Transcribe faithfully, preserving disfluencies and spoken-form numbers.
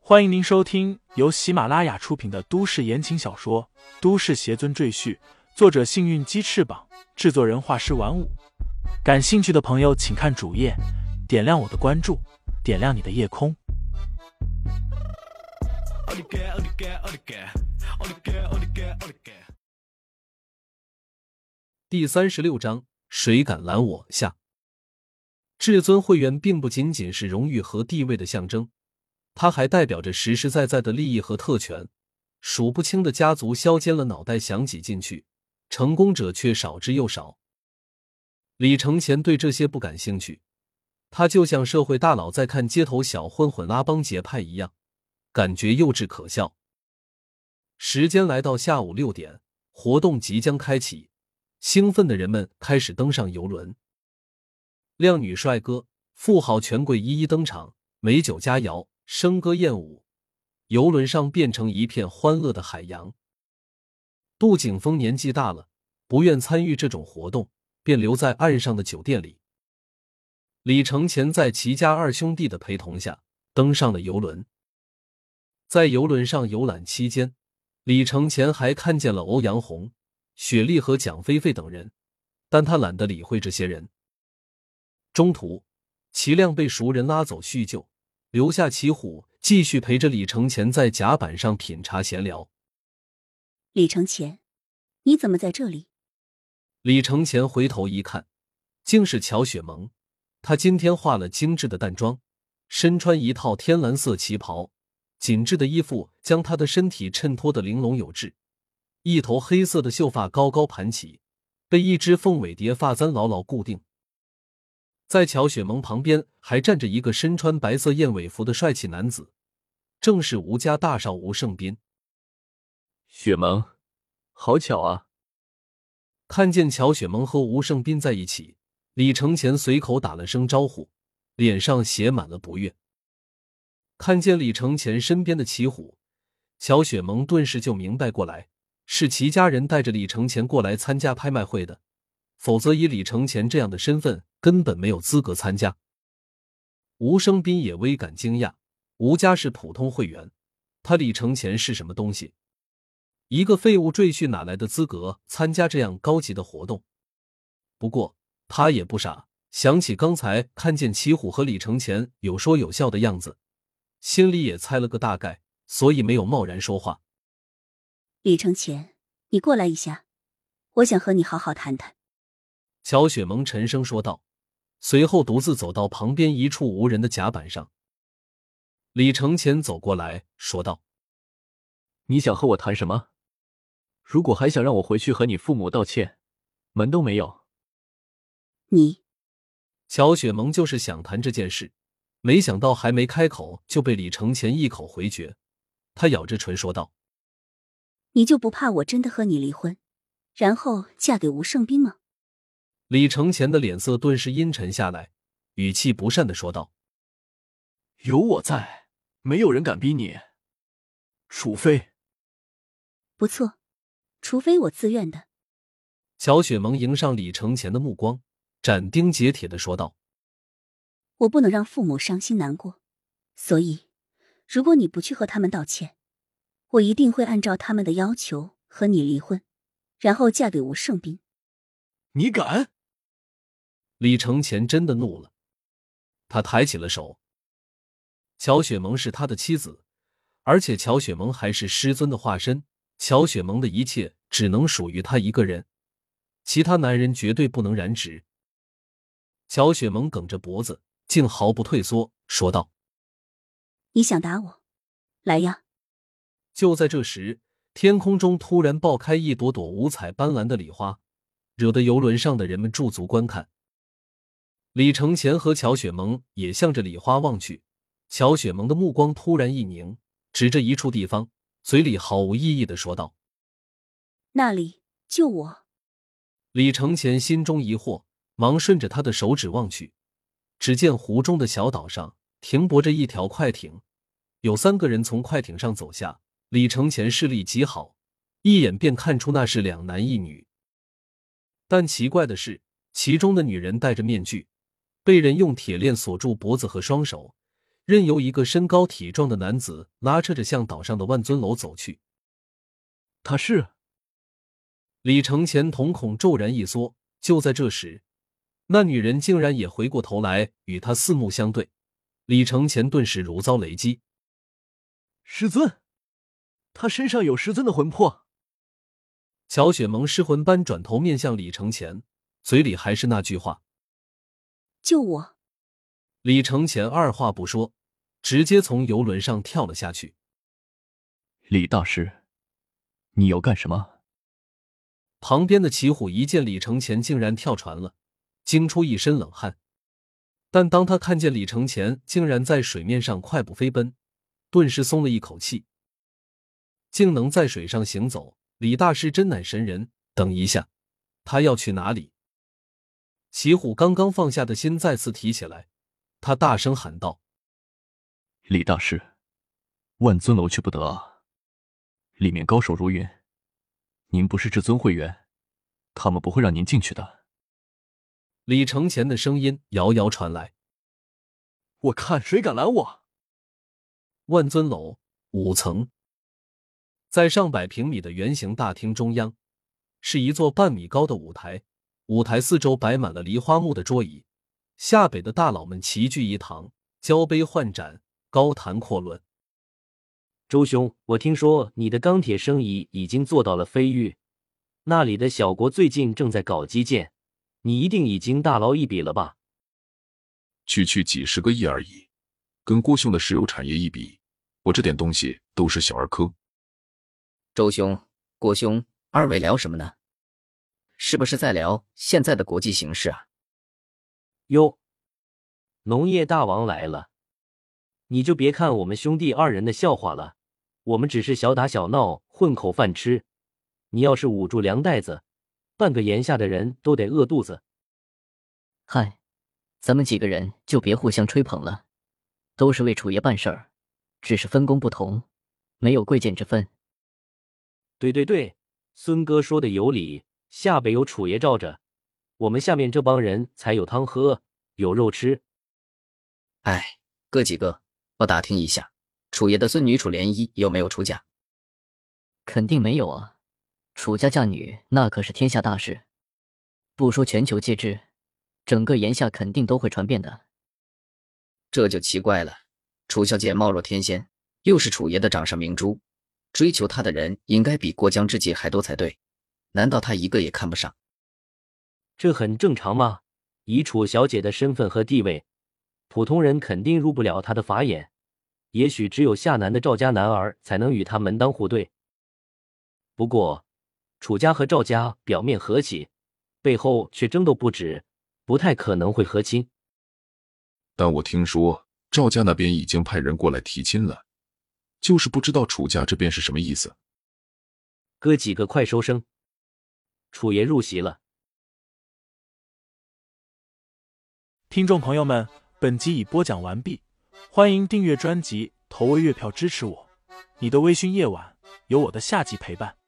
欢迎您收听由喜马拉雅出品的都市言情小说《都市邪尊赘婿》，作者幸运鸡翅膀，制作人画师玩五。感兴趣的朋友请看主页，点亮我的关注，点亮你的夜空。 第三十六章，谁敢拦我下。至尊会员并不仅仅是荣誉和地位的象征，它还代表着实实在在的利益和特权。数不清的家族削尖了脑袋想挤进去，成功者却少之又少。李承前对这些不感兴趣，他就像社会大佬在看街头小混混拉帮结派一样，感觉幼稚可笑。时间来到下午六点，活动即将开启，兴奋的人们开始登上游轮。靓女帅哥、富豪权贵一一登场，美酒佳肴，笙歌燕舞，游轮上变成一片欢乐的海洋。杜景峰年纪大了，不愿参与这种活动，便留在岸上的酒店里。李承前在齐家二兄弟的陪同下登上了游轮。在游轮上游览期间，李承前还看见了欧阳红、雪莉和蒋菲菲等人，但他懒得理会这些人。中途，齐亮被熟人拉走叙旧，留下齐虎继续陪着李承前在甲板上品茶闲聊。 李承前，你怎么在这里？ 李承前回头一看，竟是乔雪萌。她今天化了精致的淡妆，身穿一套天蓝色旗袍，紧致的衣服将她的身体衬托得玲珑有致，一头黑色的秀发高高盘起，被一只凤尾蝶发簪牢牢固定。在乔雪萌旁边还站着一个身穿白色燕尾服的帅气男子，正是吴家大少吴胜斌。 雪萌，好巧啊！ 看见乔雪萌和吴胜斌在一起，李承前随口打了声招呼，脸上写满了不悦。看见李承前身边的齐虎，乔雪萌顿时就明白过来，是齐家人带着李承前过来参加拍卖会的，否则以李承前这样的身份根本没有资格参加。吴胜斌也微感惊讶，吴家是普通会员，他李承前是什么东西？一个废物赘婿哪来的资格参加这样高级的活动？不过他也不傻，想起刚才看见齐虎和李承前有说有笑的样子，心里也猜了个大概，所以没有贸然说话。 李承前，你过来一下，我想和你好好谈谈。 乔雪萌沉声说道，随后独自走到旁边一处无人的甲板上。李承前走过来说道， 你想和我谈什么？如果还想让我回去和你父母道歉，门都没有。 你…… 乔雪萌就是想谈这件事，没想到还没开口就被李承前一口回绝。他咬着唇说道， 你就不怕我真的和你离婚，然后嫁给吴胜斌吗？ 李承前的脸色顿时阴沉下来，语气不善地说道， 有我在，没有人敢逼你，除非…… 不错，除非我自愿的。 乔雪萌迎上李承前的目光，斩钉截铁地说道， 我不能让父母伤心难过，所以如果你不去和他们道歉，我一定会按照他们的要求和你离婚，然后嫁给吴胜斌。 你敢？ 李承前真的怒了，他抬起了手。乔雪萌是他的妻子，而且乔雪萌还是师尊的化身，乔雪萌的一切只能属于他一个人，其他男人绝对不能染指。乔雪萌梗着脖子，竟毫不退缩，说道， 你想打我？来呀！ 就在这时，天空中突然爆开一朵朵五彩斑斓的礼花，惹得游轮上的人们驻足观看。李承前和乔雪萌也向着礼花望去，乔雪萌的目光突然一凝，指着一处地方，嘴里毫无意义地说道， 那里，就我。 李承前心中疑惑，忙顺着他的手指望去，只见湖中的小岛上停泊着一条快艇，有三个人从快艇上走下。李承前视力极好，一眼便看出那是两男一女。但奇怪的是，其中的女人戴着面具，被人用铁链锁住脖子和双手， 任由一个身高体壮的男子拉扯着向岛上的万尊楼走去。 他是？ 李承前瞳孔骤然一缩，就在这时，那女人竟然也回过头来与他四目相对，李承前顿时如遭雷击。 师尊，他身上有师尊的魂魄。 乔雪萌失魂般转头面向李承前，嘴里还是那句话： 救我！ 李承前二话不说，直接从游轮上跳了下去。 李大师，你要干什么？ 旁边的齐虎一见李承前竟然跳船了，惊出一身冷汗。但当他看见李承前竟然在水面上快步飞奔，顿时松了一口气。竟能在水上行走，李大师真乃神人。等一下，他要去哪里？齐虎刚刚放下的心再次提起来，他大声喊道： 李大师，万尊楼去不得啊，里面高手如云，您不是至尊会员，他们不会让您进去的。 李承前的声音遥遥传来。 我看谁敢拦我！ 万尊楼五层，在上百平米的圆形大厅中央，是一座半米高的舞台，舞台四周摆满了梨花木的桌椅，下北的大佬们齐聚一堂，交杯换盏，高谈阔论。 周兄，我听说你的钢铁生意已经做到了飞跃，那里的小国最近正在搞基建，你一定已经大捞一笔了吧？ 区区几十个亿而已，跟郭兄的石油产业一比，我这点东西都是小儿科。 周兄、郭兄，二位聊什么呢？是不是在聊现在的国际形势啊？ 哟，农业大王来了，你就别看我们兄弟二人的笑话了，我们只是小打小闹，混口饭吃。你要是捂住粮袋子，半个炎夏的人都得饿肚子。 嗨，咱们几个人就别互相吹捧了，都是为楚爷办事儿，只是分工不同，没有贵贱之分。 对对对，孙哥说的有理，下北有楚爷罩着，我们下面这帮人才有汤喝，有肉吃。 哎，哥几个，我打听一下，楚爷的孙女楚涟漪有没有出嫁？ 肯定没有啊，楚家嫁女那可是天下大事，不说全球皆知，整个炎夏肯定都会传遍的。 这就奇怪了，楚小姐貌若天仙，又是楚爷的掌上明珠，追求她的人应该比过江之鲫还多才对，难道他一个也看不上？ 这很正常嘛，以楚小姐的身份和地位，普通人肯定入不了她的法眼，也许只有夏南的赵家男儿才能与她门当户对。不过楚家和赵家表面和气，背后却争斗不止，不太可能会和亲。 但我听说赵家那边已经派人过来提亲了，就是不知道楚家这边是什么意思。 哥几个快收声，楚爷入席了。 听众朋友们，本集已播讲完毕，欢迎订阅专辑，投喂月票支持我。你的微醺夜晚，有我的下集陪伴。